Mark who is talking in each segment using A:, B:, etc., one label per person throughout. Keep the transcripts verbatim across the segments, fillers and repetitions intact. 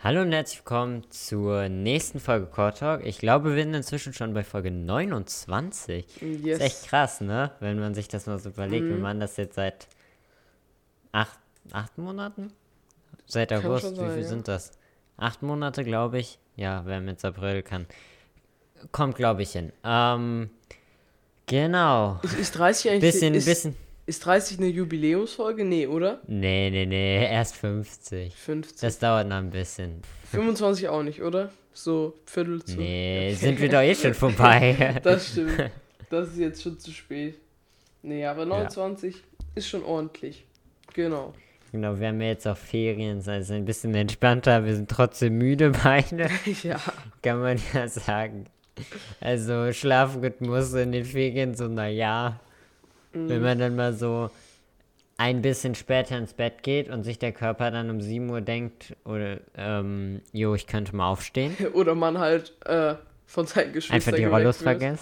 A: Hallo und herzlich willkommen zur nächsten Folge Core Talk. Ich glaube, wir sind inzwischen schon bei Folge neunundzwanzig.
B: Yes.
A: Ist echt krass, ne? Wenn man sich das mal so überlegt.
B: Mhm.
A: Wir machen das jetzt seit acht, acht Monaten? Seit
B: Kann
A: August,
B: schon
A: wie
B: sein,
A: viel
B: ja.
A: sind das? Acht Monate, glaube ich. Ja, wer mit April kann. Kommt, glaube ich, hin. Ähm, genau.
B: Ist, ist dreißig eigentlich
A: Bisschen,
B: ist,
A: bisschen.
B: ist dreißig eine Jubiläumsfolge? Nee, oder?
A: Nee, nee, nee, erst fünfzig.
B: fünfzig.
A: Das dauert noch ein bisschen.
B: fünfundzwanzig auch nicht, oder? So Viertel zu.
A: Nee, sind wir doch eh schon vorbei.
B: Das stimmt. Das ist jetzt schon zu spät. Nee, aber neunundzwanzig ist schon ordentlich. Genau.
A: Genau, wir haben ja jetzt auch Ferien, das heißt ein bisschen entspannter, wir sind trotzdem müde beide,
B: Ja.
A: kann man ja sagen. Also Schlafrhythmus in den Ferien so, naja, wenn
B: Mhm.
A: man dann mal so ein bisschen später ins Bett geht und sich der Körper dann um sieben Uhr denkt, oder, ähm, jo, ich könnte mal aufstehen,
B: Oder man halt äh, von seinen Geschwistern
A: einfach die
B: geweckt
A: Rollos
B: wird.
A: vergessen.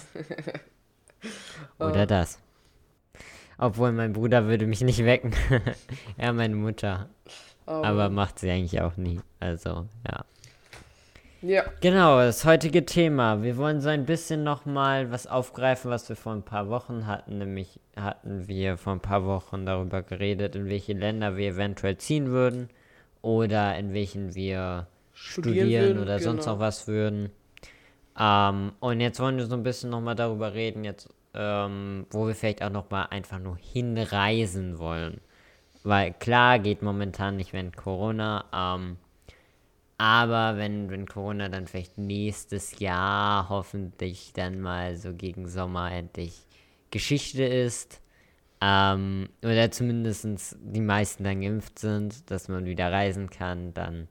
A: Oder
B: Ah.
A: das. Obwohl mein Bruder würde mich nicht wecken. Ja, meine Mutter.
B: Aber,
A: Aber macht sie eigentlich auch nie. Also, ja.
B: ja.
A: Genau, das heutige Thema. Wir wollen so ein bisschen nochmal was aufgreifen, was wir vor ein paar Wochen hatten. Nämlich hatten wir vor ein paar Wochen darüber geredet, in welche Länder wir eventuell ziehen würden. Oder in welchen wir
B: Studieren
A: studieren,
B: würden,
A: oder sonst
B: genau.
A: noch was würden. Ähm, und jetzt wollen wir so ein bisschen nochmal darüber reden, jetzt, ähm, wo wir vielleicht auch nochmal einfach nur hinreisen wollen. Weil klar, geht momentan nicht während Corona, ähm, aber wenn, wenn Corona dann vielleicht nächstes Jahr hoffentlich dann mal so gegen Sommer endlich Geschichte ist, ähm, oder zumindest die meisten dann geimpft sind, dass man wieder reisen kann, dann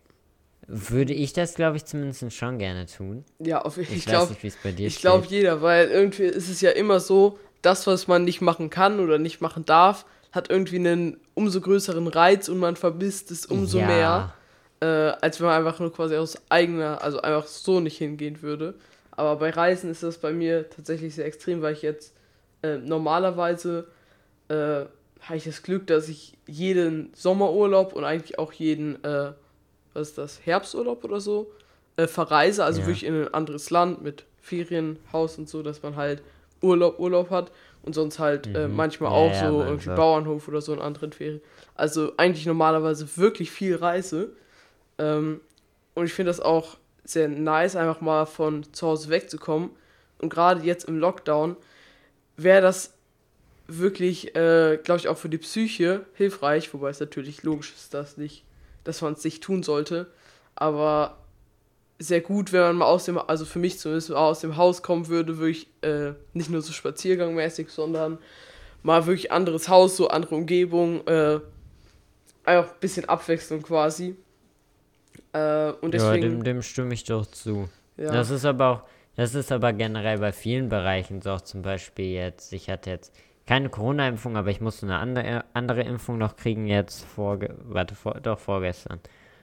A: würde ich das, glaube ich, zumindest schon gerne tun.
B: Ja, auf,
A: Ich,
B: ich
A: weiß
B: glaube,
A: nicht, wie es bei dir
B: ich glaube
A: steht.
B: jeder, weil irgendwie ist es ja immer so, das, was man nicht machen kann oder nicht machen darf, hat irgendwie einen umso größeren Reiz und man vermisst es umso
A: Ja,
B: mehr, äh, als wenn man einfach nur quasi aus eigener, also einfach so nicht hingehen würde. Aber bei Reisen ist das bei mir tatsächlich sehr extrem, weil ich jetzt äh, normalerweise äh, habe ich das Glück, dass ich jeden Sommerurlaub und eigentlich auch jeden, äh, was ist das, Herbsturlaub oder so, äh, verreise, also
A: ja.
B: wirklich in ein anderes Land mit Ferienhaus und so, dass man halt Urlaub, Urlaub hat und sonst halt äh,
A: Mhm.
B: manchmal
A: Ja,
B: auch
A: ja,
B: so
A: bei uns
B: irgendwie
A: auch.
B: Bauernhof oder so in anderen Ferien. Also eigentlich normalerweise wirklich viel Reise. Ähm, und ich finde das auch sehr nice, einfach mal von zu Hause wegzukommen. Und gerade jetzt im Lockdown wäre das wirklich, äh, glaube ich, auch für die Psyche hilfreich, wobei es natürlich logisch ist, dass nicht, dass man es nicht tun sollte. Aber sehr gut, wenn man mal aus dem, also für mich zumindest mal aus dem Haus kommen würde, wirklich äh, nicht nur so spaziergangmäßig, sondern mal wirklich anderes Haus, so andere Umgebung, äh, einfach ein bisschen Abwechslung quasi. Äh, und
A: Ja,
B: deswegen,
A: dem, dem stimme ich doch zu.
B: ja,
A: Das ist aber auch, das ist aber generell bei vielen Bereichen so, auch zum Beispiel jetzt, ich hatte jetzt keine Corona-Impfung, aber ich musste eine andere, andere Impfung noch kriegen jetzt vor, warte, vor, doch vorgestern.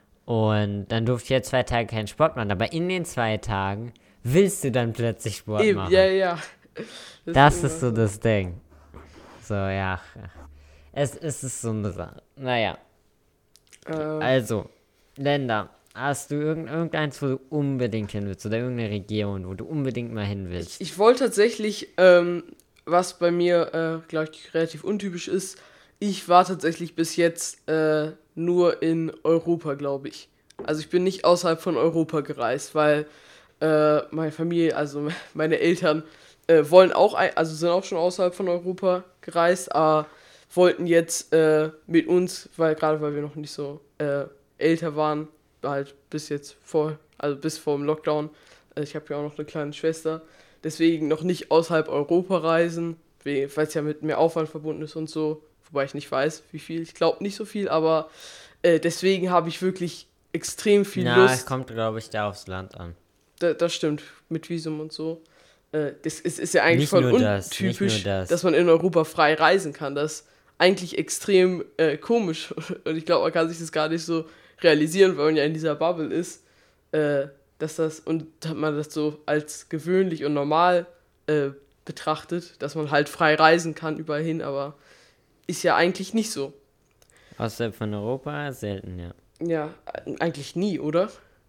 A: Und dann durfte ich jetzt zwei Tage keinen Sport machen, aber in den zwei Tagen willst du dann plötzlich Sport
B: eben, ja,
A: machen.
B: ja. Das,
A: Das
B: ist
A: ist so
B: immer
A: das Ding. So, ja. Es, es ist so eine Sache. Naja,
B: so. Äh,
A: also, Länder. Hast du irgend, irgendeins, wo du unbedingt hin willst? Oder irgendeine Region, wo du unbedingt mal hin
B: ich,
A: willst?
B: ich wollte tatsächlich, ähm, was bei mir, äh, glaube ich, relativ untypisch ist, ich war tatsächlich bis jetzt äh, nur in Europa, glaube ich. Also ich bin nicht außerhalb von Europa gereist, weil äh, meine Familie, also meine Eltern, äh, wollen auch, ein, also sind auch schon außerhalb von Europa gereist, aber wollten jetzt äh, mit uns, weil gerade weil wir noch nicht so äh, älter waren, halt bis jetzt vor, also bis vor dem Lockdown, äh, ich habe ja auch noch eine kleine Schwester, deswegen noch nicht außerhalb Europa reisen, weil es ja mit mehr Aufwand verbunden ist und so, wobei ich nicht weiß, wie viel, ich glaube nicht so viel, aber äh, deswegen habe ich wirklich extrem viel
A: Na, es
B: Lust.
A: kommt, glaube ich, da aufs Land an.
B: Da, das stimmt, mit Visum und so. Äh, das ist, ist ja eigentlich
A: Nicht
B: voll
A: nur das, nicht nur
B: untypisch,
A: das.
B: dass man in Europa frei reisen kann. Das ist eigentlich extrem äh, komisch. Und ich glaube, man kann sich das gar nicht so realisieren, weil man ja in dieser Bubble ist. Äh, dass das, und man das so als gewöhnlich und normal äh, betrachtet, dass man halt frei reisen kann überall hin, aber ist ja eigentlich nicht so.
A: Außerhalb von Europa selten, ja.
B: Ja, eigentlich nie, oder?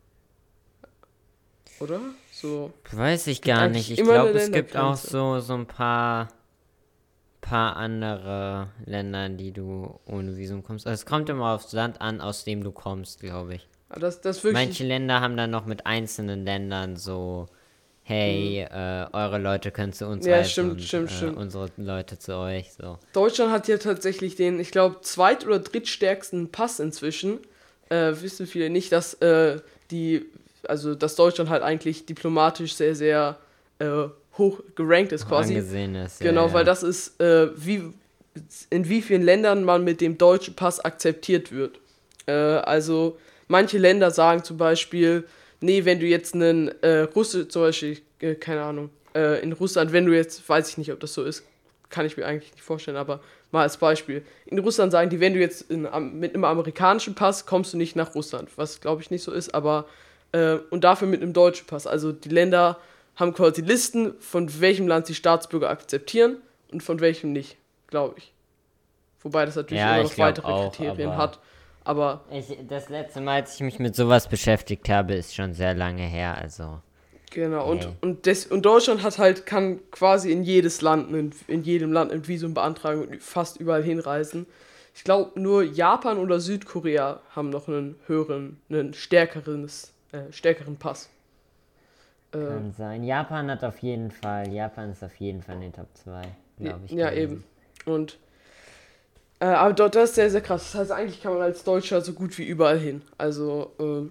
B: Oder? So.
A: Weiß ich gar nicht. Ich glaube, es gibt auch so, so ein paar, paar andere Länder, die du ohne Visum kommst. Also es kommt immer aufs Land an, aus dem du kommst, glaube ich.
B: Das, das wirklich
A: Manche Länder haben dann noch mit einzelnen Ländern so, hey, mhm. äh, eure Leute können zu uns
B: ja,
A: reisen
B: stimmt,
A: und
B: stimmt,
A: äh,
B: stimmt.
A: unsere Leute zu euch. So.
B: Deutschland hat ja tatsächlich den, ich glaube, zweit- oder drittstärksten Pass inzwischen. Äh, wissen viele nicht, dass äh, die, also dass Deutschland halt eigentlich diplomatisch sehr, sehr äh, hoch gerankt ist quasi.
A: Angesehen ist,
B: genau,
A: ja,
B: weil
A: ja.
B: das ist, äh, wie in wie vielen Ländern man mit dem deutschen Pass akzeptiert wird. Äh, also manche Länder sagen zum Beispiel, nee, wenn du jetzt einen äh, Russe, zum Beispiel, äh, keine Ahnung, äh, in Russland, wenn du jetzt, weiß ich nicht, ob das so ist, kann ich mir eigentlich nicht vorstellen, aber mal als Beispiel. In Russland sagen die, wenn du jetzt in, mit einem amerikanischen Pass kommst du nicht nach Russland, was glaube ich nicht so ist, aber äh, und dafür mit einem deutschen Pass. Also die Länder haben quasi Listen, von welchem Land sie Staatsbürger akzeptieren und von welchem nicht, glaube ich. Wobei das natürlich
A: ja,
B: immer noch weitere auch, Kriterien
A: aber
B: hat. Aber
A: ich, das letzte Mal, als ich mich mit sowas beschäftigt habe, ist schon sehr lange her, also.
B: Genau, und, hey. und, des, und Deutschland hat halt, kann quasi in jedes Land, in, in jedem Land ein Visum beantragen und fast überall hinreisen. Ich glaube, nur Japan oder Südkorea haben noch einen höheren, einen stärkeren, äh, stärkeren Pass.
A: Kann äh, sein. Japan hat auf jeden Fall, Japan ist auf jeden Fall in den Top zwei, glaube ich.
B: Ja, eben. Und, äh, aber dort, das ist sehr, sehr krass. Das heißt, eigentlich kann man als Deutscher so gut wie überall hin. Also,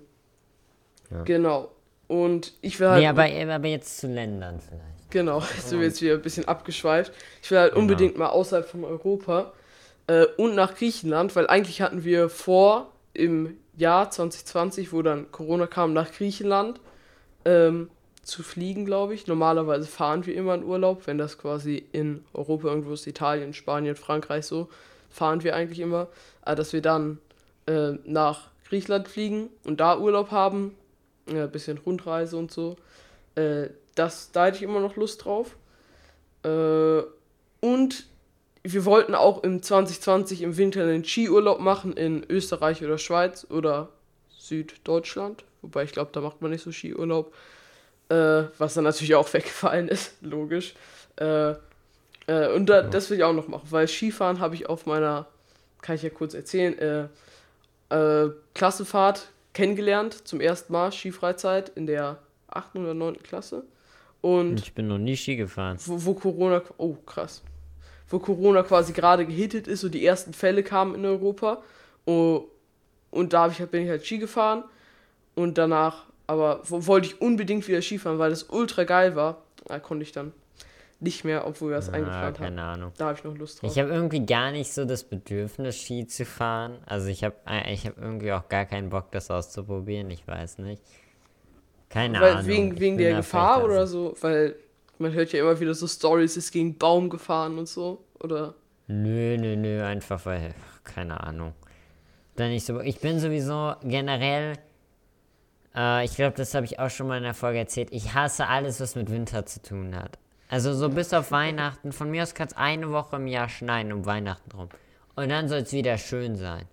B: äh, ja. Genau. Und ich will halt.
A: Nee, aber, aber jetzt zu Ländern vielleicht.
B: Genau, jetzt sind wir jetzt wieder ein bisschen abgeschweift. Ich will halt genau. unbedingt mal außerhalb von Europa äh, und nach Griechenland, weil eigentlich hatten wir vor, im Jahr zwanzig zwanzig, wo dann Corona kam, nach Griechenland ähm, zu fliegen, glaube ich. Normalerweise fahren wir immer in Urlaub, wenn das quasi in Europa irgendwo ist, Italien, Spanien, Frankreich so, fahren wir eigentlich immer. Aber dass wir dann äh, nach Griechenland fliegen und da Urlaub haben, ja, ein bisschen Rundreise und so. Äh, das, da hätte ich immer noch Lust drauf. Äh, und wir wollten auch im zwanzig zwanzig im Winter einen Skiurlaub machen in Österreich oder Schweiz oder Süddeutschland. Wobei ich glaube, da macht man nicht so Skiurlaub. Äh, was dann natürlich auch weggefallen ist, logisch. Äh, äh, und da, das will ich auch noch machen, weil Skifahren habe ich auf meiner, kann ich ja kurz erzählen, äh, äh, Klassenfahrt kennengelernt, zum ersten Mal Skifreizeit in der achten oder neunten Klasse. Und
A: ich bin noch nie Ski gefahren.
B: Wo, wo Corona, oh krass, wo Corona quasi gerade gehittet ist und die ersten Fälle kamen in Europa. Oh, und da hab ich, bin ich halt Ski gefahren und danach, aber wo, wollte ich unbedingt wieder Skifahren, weil das ultra geil war. Da konnte ich dann nicht mehr, obwohl wir das ah, eingeplant haben.
A: Keine Ahnung.
B: Da habe ich noch Lust drauf.
A: Ich habe irgendwie gar nicht so das Bedürfnis, Ski zu fahren. Also ich habe ich hab irgendwie auch gar keinen Bock, das auszuprobieren. Ich weiß nicht. Keine
B: Weil,
A: Ahnung.
B: Wegen, wegen der Gefahr oder so? Weil man hört ja immer wieder so Storys, ist gegen Baum gefahren und so, oder?
A: Nö, nö, nö, einfach weil, keine Ahnung. Dann nicht so, ich bin sowieso generell, äh, ich glaube, das habe ich auch schon mal in der Folge erzählt, ich hasse alles, was mit Winter zu tun hat. Also so bis auf Weihnachten, von mir aus kann es eine Woche im Jahr schneien, um Weihnachten rum. Und dann soll es wieder schön sein.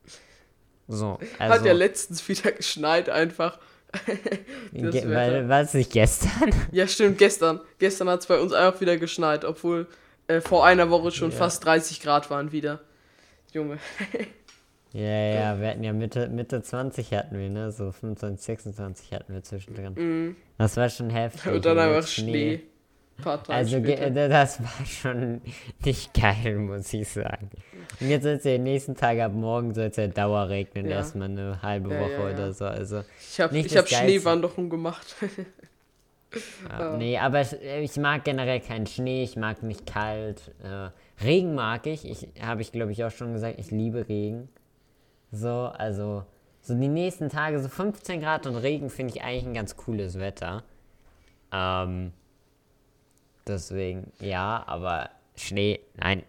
A: So, also...
B: Hat ja letztens wieder geschneit einfach.
A: Ge- weil, war es nicht gestern?
B: Ja, stimmt, gestern. Gestern hat es bei uns einfach wieder geschneit, obwohl äh, vor einer Woche schon ja. fast dreißig Grad waren wieder. Junge.
A: Ja, ja, wir hatten ja Mitte, Mitte zwanzig hatten wir, ne? So fünfundzwanzig, sechsundzwanzig hatten wir zwischendrin. Mm. Das war schon heftig.
B: Und dann einfach Schnee.
A: Schnee. Also ge- das war schon nicht geil, muss ich sagen. Und jetzt soll es ja die nächsten Tage, ab morgen soll es ja Dauerregnen, ja. Erstmal eine halbe
B: ja,
A: Woche
B: ja, ja.
A: oder so. Also
B: ich habe hab Schneewanderung gemacht.
A: ja, nee, aber ich mag generell keinen Schnee, ich mag nicht kalt. Äh, Regen mag ich, ich habe ich glaube ich auch schon gesagt, ich liebe Regen. So, also so die nächsten Tage, so fünfzehn Grad und Regen finde ich eigentlich ein ganz cooles Wetter. Ähm... Deswegen, ja, aber Schnee, nein.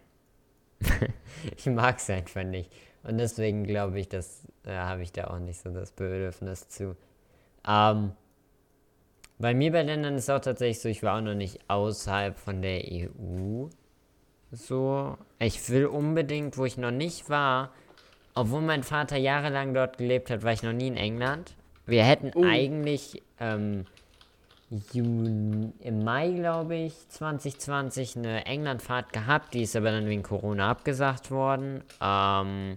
A: Ich mag es einfach nicht. Und deswegen glaube ich, dass äh, habe ich da auch nicht so das Bedürfnis zu. Ähm, bei mir bei Ländern ist es auch tatsächlich so, ich war auch noch nicht außerhalb von der E U. So, ich will unbedingt, wo ich noch nicht war, obwohl mein Vater jahrelang dort gelebt hat, war ich noch nie in England. Wir hätten
B: Oh.
A: eigentlich ähm, Juni, im Mai, glaube ich, zwanzig zwanzig eine Englandfahrt gehabt. Die ist aber dann wegen Corona abgesagt worden. Ähm,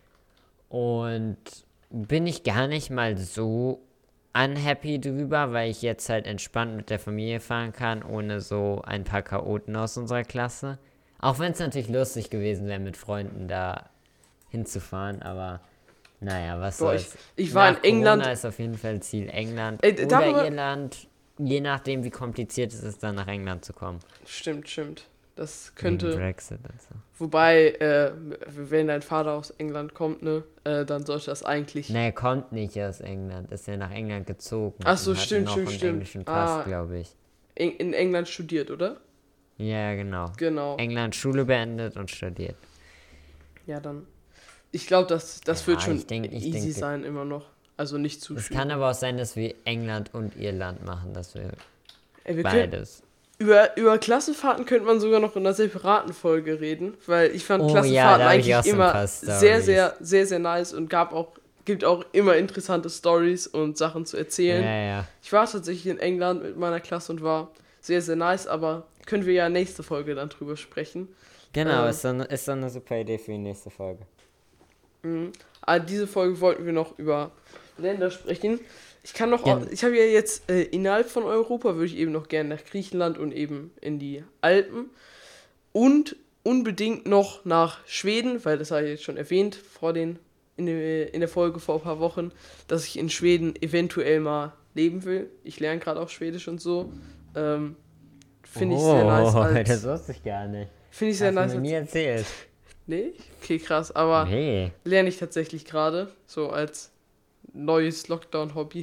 A: und bin ich gar nicht mal so unhappy drüber, weil ich jetzt halt entspannt mit der Familie fahren kann, ohne so ein paar Chaoten aus unserer Klasse. Auch wenn es natürlich lustig gewesen wäre, mit Freunden da hinzufahren, aber naja, was
B: Boah, ich,
A: soll's.
B: ich war
A: Nach
B: in England.
A: Corona ist auf jeden Fall Ziel England
B: Ey, darf
A: oder
B: man-
A: Irland, je nachdem wie kompliziert es ist, dann nach England zu kommen.
B: Stimmt, stimmt. Das
A: Wegen
B: könnte.
A: Brexit und so.
B: Wobei, äh, wenn dein Vater aus England kommt, ne, äh, dann sollte das eigentlich.
A: Nee, er kommt nicht aus England, ist ja nach England gezogen.
B: Ach so,
A: und hat
B: stimmt,
A: noch
B: stimmt,
A: einen
B: stimmt.
A: englischen Pass,
B: Ah.
A: glaube ich.
B: In, in England studiert, oder?
A: Ja, genau.
B: Genau.
A: England Schule beendet und studiert.
B: Ja, dann. Ich glaube, das, das
A: Ja,
B: wird schon
A: ich denk- ich
B: easy
A: denke-
B: sein, immer noch. Also nicht zu
A: Es
B: schlimm.
A: kann aber auch sein, dass wir England und Irland machen, dass wir
B: Ey, wir können,
A: beides.
B: über, über Klassenfahrten könnte man sogar noch in einer separaten Folge reden, weil ich fand
A: Oh ja,
B: Klassenfahrten
A: da hab ich
B: eigentlich
A: auch so ein
B: immer
A: paar
B: sehr,
A: Stories.
B: sehr, sehr, sehr nice und gab auch, gibt auch immer interessante Stories und Sachen zu erzählen.
A: Ja, ja.
B: Ich war tatsächlich in England mit meiner Klasse und war sehr, sehr nice, aber können wir ja nächste Folge dann drüber sprechen.
A: Genau,
B: Ähm.
A: ist, dann, ist dann eine super Idee für die nächste Folge.
B: Mhm. Aber diese Folge wollten wir noch über Länder sprechen. Ich kann noch,
A: Ja.
B: ich habe ja jetzt äh, innerhalb von Europa würde ich eben noch gerne nach Griechenland und eben in die Alpen und unbedingt noch nach Schweden, weil das habe ich jetzt schon erwähnt vor den in der, in der Folge vor ein paar Wochen, dass ich in Schweden eventuell mal leben will. Ich lerne gerade auch Schwedisch und so. Ähm, Finde ich sehr nice.
A: Oh,
B: Als,
A: das wusste ich gar nicht.
B: Finde ich sehr
A: Hast
B: nice.
A: du mir nie
B: Als,
A: erzählt.
B: nee? Okay, krass. Aber
A: Nee.
B: lerne ich tatsächlich gerade, so als neues Lockdown-Hobby.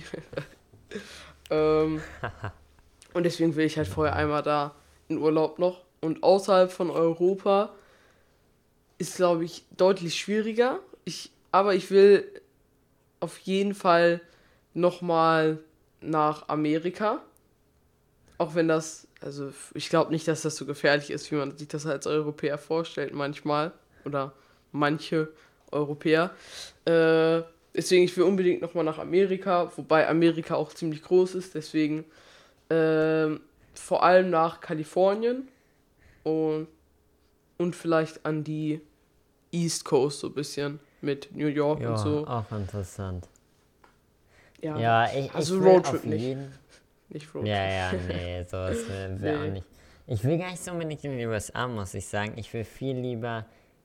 B: ähm, und deswegen will ich halt vorher einmal da in Urlaub noch. Und außerhalb von Europa ist, glaube ich, deutlich schwieriger. Ich, aber ich will auf jeden Fall nochmal nach Amerika. Auch wenn das, also ich glaube nicht, dass das so gefährlich ist, wie man sich das als Europäer vorstellt manchmal. Oder manche Europäer. Äh, deswegen, ich will unbedingt nochmal nach Amerika, wobei Amerika auch ziemlich groß ist, deswegen ähm, vor allem nach Kalifornien und, und vielleicht an die East Coast so ein bisschen mit New York
A: Ja,
B: und so.
A: auch interessant.
B: Ja,
A: Ja, ich,
B: Also
A: ich will
B: Roadtrip
A: auf
B: nicht.
A: jeden...
B: nicht Roadtrip.
A: Ja, ja, nee, sowas wäre wär
B: Nee.
A: auch nicht. Ich will gar nicht so unbedingt in die U S A, muss ich sagen. Ich will viel lieber...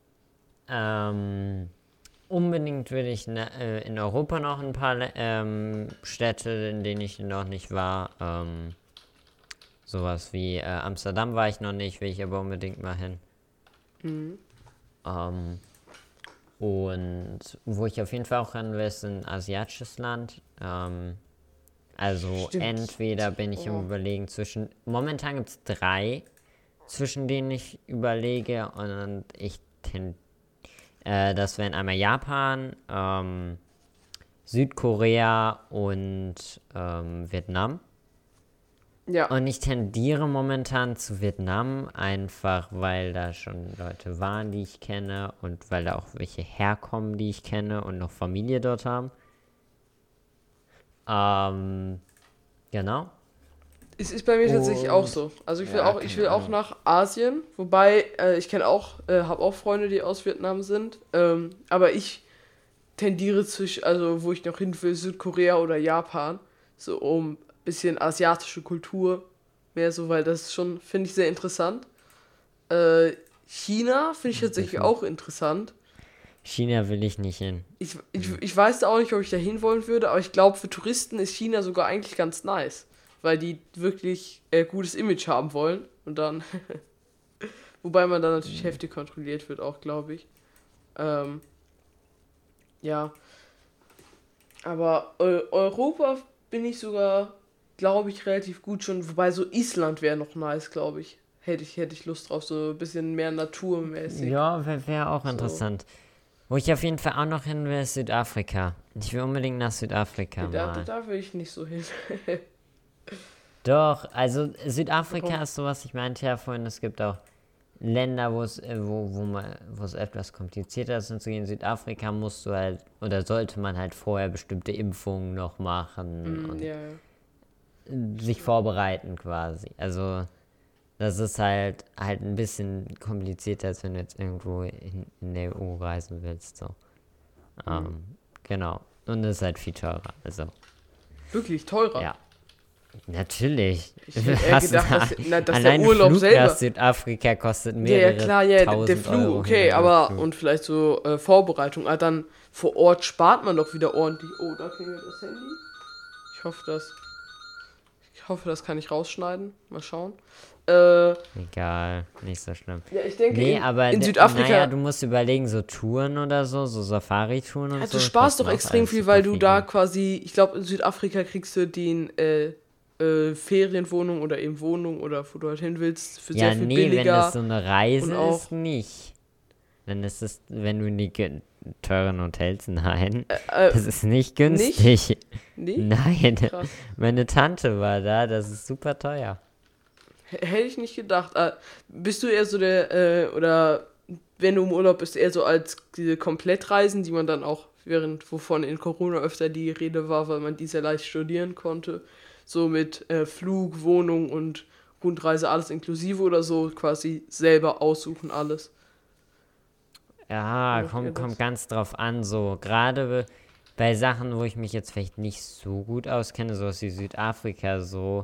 A: Ähm, unbedingt will ich ne, äh, in Europa noch ein paar ähm, Städte, in denen ich noch nicht war. Ähm, sowas wie äh, Amsterdam war ich noch nicht, will ich aber unbedingt mal hin.
B: Mhm.
A: Ähm, und wo ich auf jeden Fall auch hin will, ist ein asiatisches Land. Ähm, also
B: Stimmt.
A: entweder bin ich
B: Oh.
A: im Überlegen zwischen... Momentan gibt es drei, zwischen denen ich überlege und ich ten, äh, das wären einmal Japan, ähm, Südkorea und ähm, Vietnam.
B: Ja,
A: Und ich tendiere momentan zu Vietnam, einfach weil da schon Leute waren, die ich kenne und weil da auch welche herkommen, die ich kenne und noch Familie dort haben. Ähm, genau.
B: es ist bei mir tatsächlich auch
A: Und-
B: so. Also ich will
A: Ja,
B: auch, ich
A: keine
B: will auch
A: Ahnung.
B: nach Asien, wobei äh, ich kenne auch, äh, habe auch Freunde, die aus Vietnam sind. Ähm, aber ich tendiere zwischen, also wo ich noch hin will, Südkorea oder Japan, so um ein bisschen asiatische Kultur mehr so, weil das schon, finde ich, sehr interessant. Äh, China finde ich tatsächlich
A: Definitiv.
B: auch interessant.
A: China will ich nicht hin.
B: Ich, ich, ich weiß da auch nicht, ob ich da hin wollen würde, aber ich glaube, für Touristen ist China sogar eigentlich ganz nice, weil die wirklich äh, gutes Image haben wollen und dann, wobei man dann natürlich heftig kontrolliert wird auch, glaube ich. Ähm, ja, aber Eu Europa bin ich sogar, glaube ich, relativ gut schon, wobei so Island wäre noch nice, glaube ich. Hätte ich, hätte ich Lust drauf, so ein bisschen mehr naturmäßig.
A: Ja, wäre wär auch
B: So.
A: interessant. Wo ich auf jeden Fall auch noch hin will, ist Südafrika. Ich will unbedingt nach Südafrika
B: da,
A: mal.
B: da will ich nicht so hin.
A: Doch, also Südafrika
B: Warum?
A: ist sowas, ich meinte ja vorhin, es gibt auch Länder, wo es, äh, wo, wo man, wo es etwas komplizierter ist hinzugehen. In Südafrika musst du halt, oder sollte man halt vorher bestimmte Impfungen noch machen
B: Mm,
A: und
B: ja, ja.
A: sich vorbereiten quasi. Also das ist halt halt ein bisschen komplizierter, als wenn du jetzt irgendwo in, in der E U reisen willst. So. Ähm, genau. Und es ist halt viel teurer. Also,
B: Wirklich teurer.
A: ja. Natürlich.
B: Ich hätte eher
A: Hast
B: gedacht,
A: du-
B: dass, na, dass der
A: allein
B: Urlaub
A: Flug
B: selber.
A: nach Südafrika kostet
B: Ja,
A: mehrere
B: ja, klar, ja, der, der
A: tausend
B: Flug,
A: Euro
B: okay,
A: hin und
B: aber
A: Rückflug.
B: und vielleicht so äh, Vorbereitung, aber dann vor Ort spart man doch wieder ordentlich. Oh, da klingelt das Handy. Ich hoffe, das. Ich hoffe, das kann ich rausschneiden. Mal schauen. Äh,
A: Egal, nicht so schlimm.
B: ja, ich denke,
A: Nee,
B: in,
A: aber
B: in
A: d-
B: Südafrika.
A: naja, du musst überlegen, so Touren oder so, so Safari-Touren und
B: Ja,
A: so.
B: du sparst
A: kosten
B: doch
A: auch
B: extrem
A: alles
B: viel,
A: super
B: weil du
A: viel
B: da
A: Geld.
B: quasi, ich glaube, in Südafrika kriegst du den äh, äh, Ferienwohnung oder eben Wohnung oder wo du halt hin willst, für
A: Ja,
B: sehr viel
A: nee, wenn
B: billiger.
A: das so eine Reise
B: und auch-
A: ist, nicht. Dann ist es, wenn du in die ge- teuren Hotels, nein,
B: Äh,
A: das ist nicht günstig.
B: nee?
A: Nein,
B: Krass.
A: meine Tante war da, das ist super teuer.
B: H- Hätte ich nicht gedacht. Äh, bist du eher so der, äh, oder wenn du im Urlaub bist, eher so als diese Komplettreisen, die man dann auch, während wovon in Corona öfter die Rede war, weil man die sehr leicht studieren konnte, so mit äh, Flug, Wohnung und Rundreise, alles inklusive oder so, quasi selber aussuchen alles.
A: Ja,
B: Oder
A: kommt,
B: eher das?
A: kommt ganz drauf an, so gerade be- bei Sachen, wo ich mich jetzt vielleicht nicht so gut auskenne, sowas wie Südafrika, so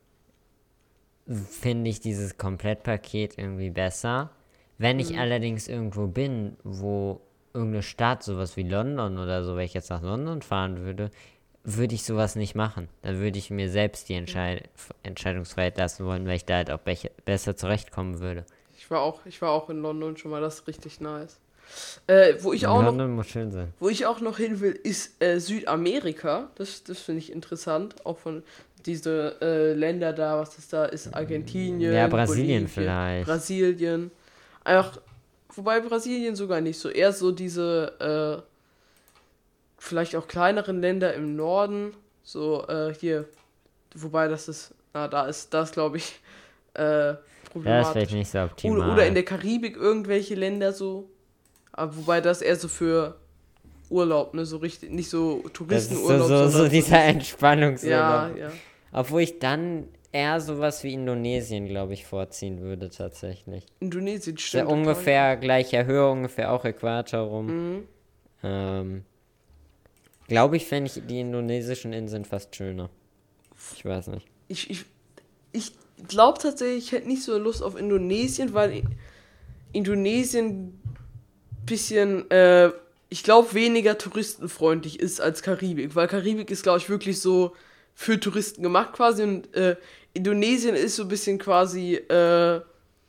A: finde ich dieses Komplettpaket irgendwie besser. Wenn ich allerdings irgendwo bin, wo irgendeine Stadt, sowas wie London oder so, wenn ich jetzt nach London fahren würde, würde ich sowas nicht machen. Dann würde ich mir selbst die Entscheid Entscheidungsfreiheit lassen wollen, weil ich da halt auch bech- besser zurechtkommen würde.
B: Ich war auch, ich war auch in London schon mal, das ist richtig nice. Äh, wo ich auch noch
A: London muss schön sein.
B: Wo ich auch noch hin will, ist äh, Südamerika. Das, das finde ich interessant. Auch von diese äh, Länder da, was das da ist, Argentinien.
A: Ja, Brasilien
B: Bolivien,
A: vielleicht.
B: Brasilien. Einfach, wobei Brasilien sogar nicht so. Eher so diese, äh, vielleicht auch kleineren Länder im Norden. So, äh, hier. Wobei das ist, na, da ist das, glaube ich, äh,
A: Ja, ist
B: problematisch.
A: vielleicht nicht so optimal.
B: Oder, oder in der Karibik irgendwelche Länder so. Aber wobei das eher so für Urlaub, ne, so richtig, nicht so
A: Das ist so,
B: Touristenurlaub.
A: so, so
B: sondern
A: dieser
B: Ja,
A: Entspannungsurlaub.
B: ja.
A: Obwohl ich dann eher sowas wie Indonesien, glaube ich, vorziehen würde tatsächlich.
B: Indonesien
A: Ist ja
B: stimmt. total.
A: ungefähr gleicher Höhe, ungefähr auch Äquator rum.
B: Mhm.
A: Ähm, glaube ich, fände ich die indonesischen Inseln fast schöner. Ich weiß nicht.
B: Ich, ich, ich glaube tatsächlich, ich hätte nicht so Lust auf Indonesien, weil I- Indonesien bisschen, äh, ich glaube, weniger touristenfreundlich ist als Karibik. Weil Karibik ist, glaube ich, wirklich so für Touristen gemacht quasi. Und äh, Indonesien ist so ein bisschen quasi äh,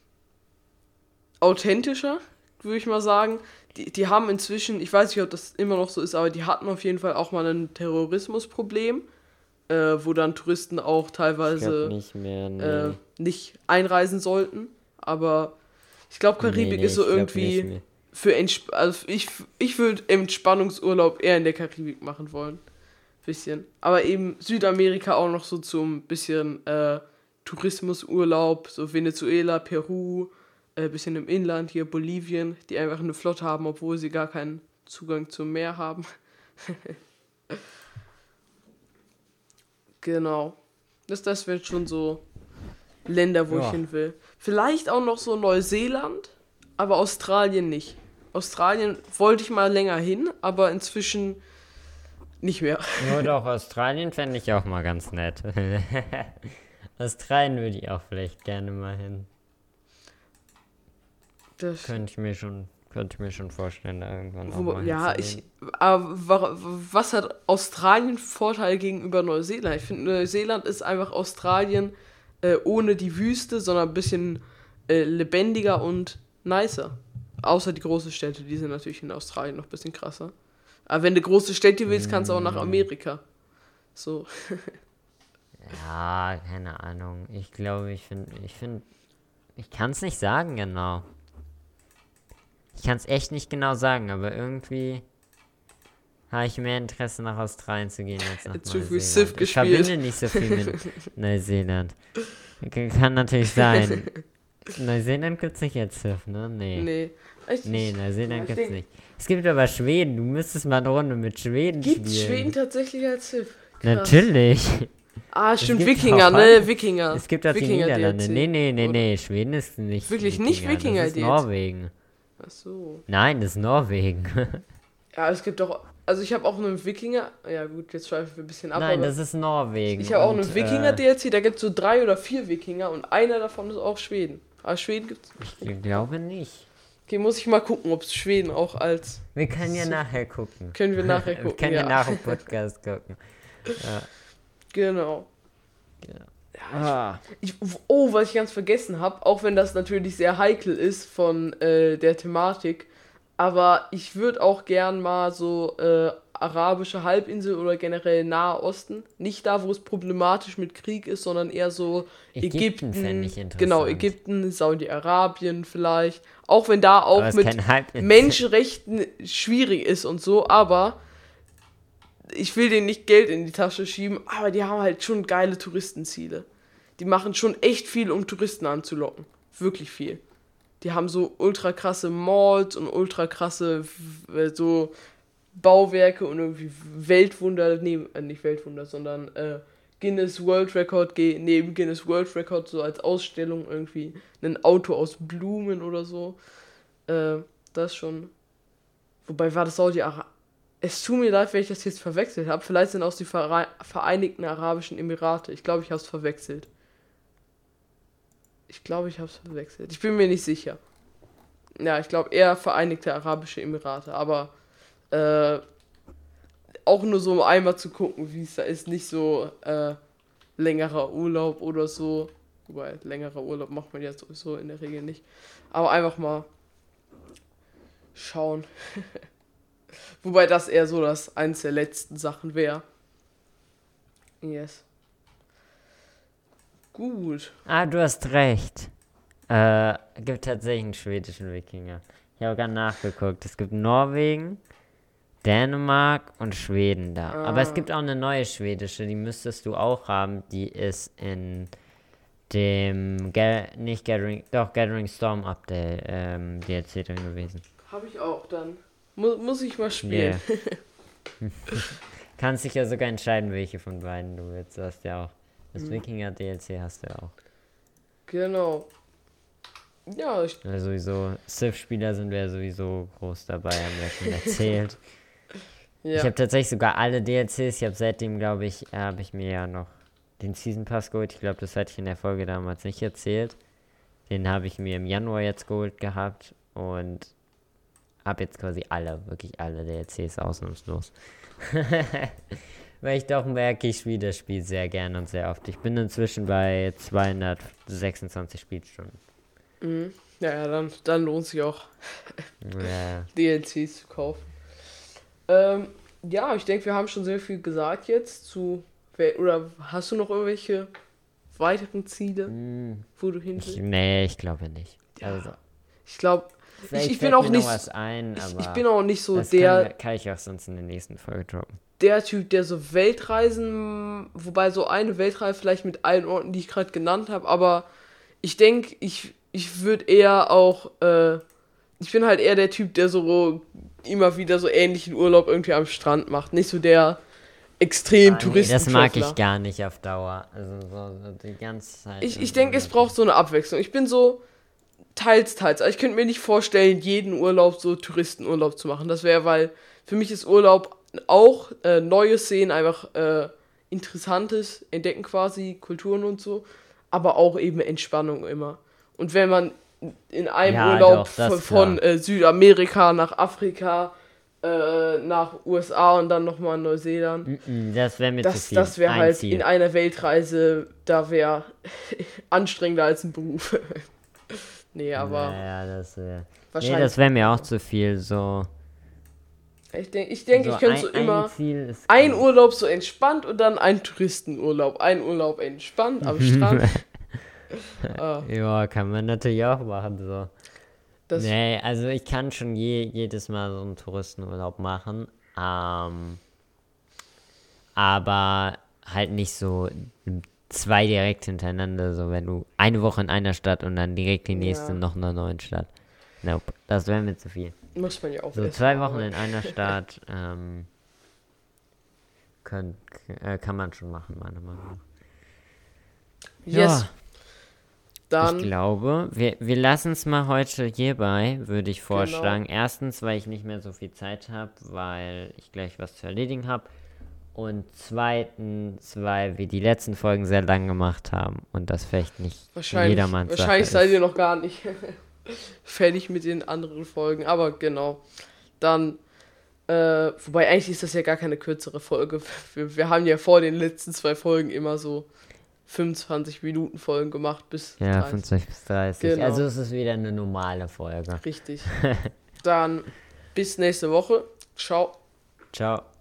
B: authentischer, würde ich mal sagen. Die, die haben inzwischen, ich weiß nicht, ob das immer noch so ist, aber die hatten auf jeden Fall auch mal ein Terrorismusproblem, äh, wo dann Touristen auch
A: Ich
B: teilweise
A: glaube nicht mehr. Nee.
B: äh, nicht einreisen sollten. Aber ich glaube, Karibik
A: Nee, nee,
B: ist so
A: ich glaub
B: irgendwie
A: nicht mehr.
B: für Entsp also ich, ich würde Entspannungsurlaub eher in der Karibik machen wollen. Bisschen. Aber eben Südamerika auch noch so zum bisschen äh, Tourismusurlaub, so Venezuela, Peru, äh, bisschen im Inland hier, Bolivien, die einfach eine Flotte haben, obwohl sie gar keinen Zugang zum Meer haben. Genau. Das, das wären schon so Länder, wo
A: Ja.
B: ich hin will. Vielleicht auch noch so Neuseeland, aber Australien nicht. Australien wollte ich mal länger hin, aber inzwischen nicht mehr.
A: Nur doch, Australien fände ich auch mal ganz nett. Australien würde ich auch vielleicht gerne mal hin.
B: Das,
A: Könnte ich mir schon, könnte ich mir schon vorstellen, da irgendwann auch
B: wo,
A: mal
B: ja,
A: hinzugehen.
B: ich. Aber wa- was hat Australien Vorteil gegenüber Neuseeland? Ich finde, Neuseeland ist einfach Australien äh, ohne die Wüste, sondern ein bisschen äh, lebendiger und nicer. Außer die großen Städte, die sind natürlich in Australien noch ein bisschen krasser. Aber wenn du große Städte willst, kannst du auch nach Amerika. So.
A: Ja, keine Ahnung. Ich glaube, ich finde, ich finde, ich kann es nicht sagen genau. Ich kann es echt nicht genau sagen, aber irgendwie habe ich mehr Interesse nach Australien zu gehen als nach
B: Zu
A: Neuseeland.
B: viel Civ
A: Ich
B: gespielt.
A: verbinde nicht so viel mit Neuseeland. K- Kann natürlich sein. Neuseeland gibt's nicht als Civ, ne? Nee.
B: Nee. Ich,
A: Nee,
B: ich,
A: Neuseeland
B: ich
A: gibt's
B: denk,
A: nicht. Es gibt aber Schweden. Du müsstest mal eine Runde mit Schweden
B: Gibt
A: spielen.
B: Schweden tatsächlich als Civ? Krass.
A: Natürlich.
B: Ah, stimmt,
A: gibt
B: Wikinger,
A: auch
B: ne?
A: Holland.
B: Wikinger.
A: Es gibt auch die
B: Wikinger
A: Niederlande.
B: D L C.
A: Nee, nee, nee,
B: Oder?
A: nee. Schweden ist nicht
B: Wirklich nicht Wikinger
A: Das ist
B: D L C.
A: Norwegen.
B: Ach so.
A: Nein, das ist Norwegen.
B: Ja, es gibt doch. Also ich habe auch einen Wikinger. Ja gut, jetzt schweifen wir ein bisschen ab.
A: Nein,
B: aber
A: das ist Norwegen.
B: ich habe auch
A: Und,
B: einen Wikinger-D L C, da gibt es so drei oder vier Wikinger und einer davon ist auch Schweden. Aber Schweden gibt's.
A: äh, Ich glaube nicht.
B: Okay, muss ich mal gucken, ob es Schweden auch als.
A: Wir können ja
B: So.
A: nachher gucken.
B: Können wir nachher
A: Wir
B: gucken.
A: können ja
B: ja.
A: nach dem Podcast gucken. Ja.
B: Genau.
A: Ah.
B: Ich, oh, was ich ganz vergessen habe, auch wenn das natürlich sehr heikel ist von äh, der Thematik, aber ich würde auch gern mal so äh, arabische Halbinsel oder generell Nahe Osten, nicht da, wo es problematisch mit Krieg ist, sondern eher so
A: Ägypten
B: Ägypten,
A: fänd ich interessant.
B: genau, Ägypten, Saudi-Arabien vielleicht, auch wenn da
A: Aber
B: auch
A: es ist
B: mit
A: kein Halbinsel.
B: Menschenrechten schwierig ist und so, aber ich will denen nicht Geld in die Tasche schieben, aber die haben halt schon geile Touristenziele. Die machen schon echt viel, um Touristen anzulocken. Wirklich viel. Die haben so ultra krasse Malls und ultra krasse w- so Bauwerke und irgendwie Weltwunder, nee, äh, nicht Weltwunder, sondern äh, Guinness World Record, ge- neben Guinness World Record so als Ausstellung irgendwie ein Auto aus Blumen oder so. Äh, das schon. Wobei war das Saudi-Arabien. Es tut mir leid, wenn ich das jetzt verwechselt habe. Vielleicht sind auch die Vere- Vereinigten Arabischen Emirate. Ich glaube, ich habe es verwechselt. Ich glaube, ich habe es verwechselt. Ich bin mir nicht sicher. Ja, ich glaube eher Vereinigte Arabische Emirate. Aber äh, auch nur so um einmal zu gucken, wie es da ist. Nicht so äh, längerer Urlaub oder so. Wobei, längerer Urlaub macht man ja sowieso in der Regel nicht. Aber einfach mal schauen. Wobei das eher so das eins der letzten Sachen wäre. Yes. Gut.
A: Ah, du hast recht. Äh, gibt tatsächlich einen schwedischen Wikinger. Ich habe gerade nachgeguckt. Es gibt Norwegen, Dänemark und Schweden da.
B: Ah.
A: Aber es gibt auch eine neue schwedische, die müsstest du auch haben. Die ist in dem, Ga- nicht Gathering, doch Gathering Storm Update, ähm, D L C drin gewesen.
B: Habe ich auch dann. Mu muss ich mal spielen.
A: Yeah. Kannst dich ja sogar entscheiden, welche von beiden du willst. Du hast ja auch das
B: Mhm.
A: Wikinger-D L C hast du ja auch.
B: Genau. Ja, ich,
A: Weil sowieso, Civ-Spieler sind wir ja sowieso groß dabei, haben wir ja schon erzählt. Ich
B: ja.
A: habe tatsächlich sogar alle D L Cs. Ich habe seitdem, glaube ich, habe ich mir ja noch den Season Pass geholt. Ich glaube, das hatte ich in der Folge damals nicht erzählt. Den habe ich mir im Januar jetzt geholt gehabt und habe jetzt quasi alle, wirklich alle D L Cs ausnahmslos. Weil ich doch merke, ich spiele das Spiel sehr gern und sehr oft. Ich bin inzwischen bei zweihundertsechsundzwanzig Spielstunden.
B: Mhm. Ja, ja, dann, dann lohnt sich auch
A: Ja.
B: D L Cs zu kaufen. Ähm, ja, ich denke, wir haben schon sehr viel gesagt jetzt zu. wer- Oder hast du noch irgendwelche weiteren Ziele,
A: Hm,
B: wo du hin
A: ich,
B: willst?
A: nee, ich glaube nicht.
B: Ja.
A: Also,
B: Ich glaube,
A: vielleicht
B: ich bin
A: fällt
B: auch
A: mir
B: nicht-
A: noch was ein,
B: ich,
A: aber
B: ich bin auch nicht so
A: das
B: der.
A: kann, kann ich auch sonst in der nächsten Folge droppen.
B: der Typ, der so Weltreisen, wobei so eine Weltreise vielleicht mit allen Orten, die ich gerade genannt habe, aber ich denke, ich, ich würde eher auch, äh, ich bin halt eher der Typ, der so immer wieder so ähnlichen Urlaub irgendwie am Strand macht, nicht so der extrem
A: Ah, nee,
B: Touristen.
A: das mag ich gar nicht auf Dauer. Also so, so die ganze Zeit.
B: Ich,
A: im
B: ich denke, es
A: Urlaub.
B: braucht so eine Abwechslung. Ich bin so teils, teils. Also ich könnte mir nicht vorstellen, jeden Urlaub so Touristenurlaub zu machen. Das wäre, weil für mich ist Urlaub auch äh, Neues sehen, einfach äh, Interessantes entdecken quasi, Kulturen und so, aber auch eben Entspannung immer. Und wenn man in einem
A: Ja,
B: Urlaub
A: doch, das
B: von,
A: ist
B: von
A: klar.
B: äh, Südamerika nach Afrika, äh, nach U S A und dann nochmal Neuseeland,
A: Mm-mm, das wäre mir zu
B: das,
A: viel.
B: das wäre
A: Ein
B: halt
A: Ziel.
B: in einer Weltreise, da wäre anstrengender als ein Beruf. nee, aber
A: Naja, das wäre. Nee,
B: wahrscheinlich.
A: das wäre mir auch zu viel. So.
B: ich denke, ich, denk,
A: so
B: ich könnte
A: ein,
B: so immer
A: Ein, Ziel ist
B: ein
A: gut.
B: Urlaub so entspannt und dann ein Touristenurlaub. Ein Urlaub entspannt am Strand. ah,
A: Ja, kann man natürlich auch machen. So.
B: das,
A: Nee, also ich kann schon je, jedes Mal so einen Touristenurlaub machen. Ähm, aber halt nicht so zwei direkt hintereinander, so wenn du eine Woche in einer Stadt und dann direkt die nächste
B: Ja.
A: noch in einer neuen Stadt. Nope, das wäre mir zu viel.
B: Muss man ja auch
A: So
B: erst
A: zwei
B: mal,
A: Wochen
B: aber-
A: in einer Stadt ähm, können, äh, kann man schon machen, meiner Meinung nach.
B: Yes.
A: Ja,
B: Dann,
A: ich glaube, wir, wir lassen es mal heute hierbei, würde ich vorschlagen. Erstens, weil ich nicht mehr so viel Zeit habe, weil ich gleich was zu erledigen habe. Und zweitens, weil wir die letzten Folgen sehr lang gemacht haben und das vielleicht nicht
B: wahrscheinlich,
A: jedermanns
B: wahrscheinlich
A: Sache
B: seid
A: ist.
B: ihr noch gar nicht fertig mit den anderen Folgen, aber genau. Dann, äh, wobei eigentlich ist das ja gar keine kürzere Folge. Wir, wir haben ja vor den letzten zwei Folgen immer so fünfundzwanzig Minuten Folgen gemacht bis
A: Ja,
B: dreißig.
A: fünfundzwanzig bis dreißig.
B: Genau.
A: Also es ist wieder eine normale Folge.
B: Richtig. Dann bis nächste Woche. Ciao.
A: Ciao.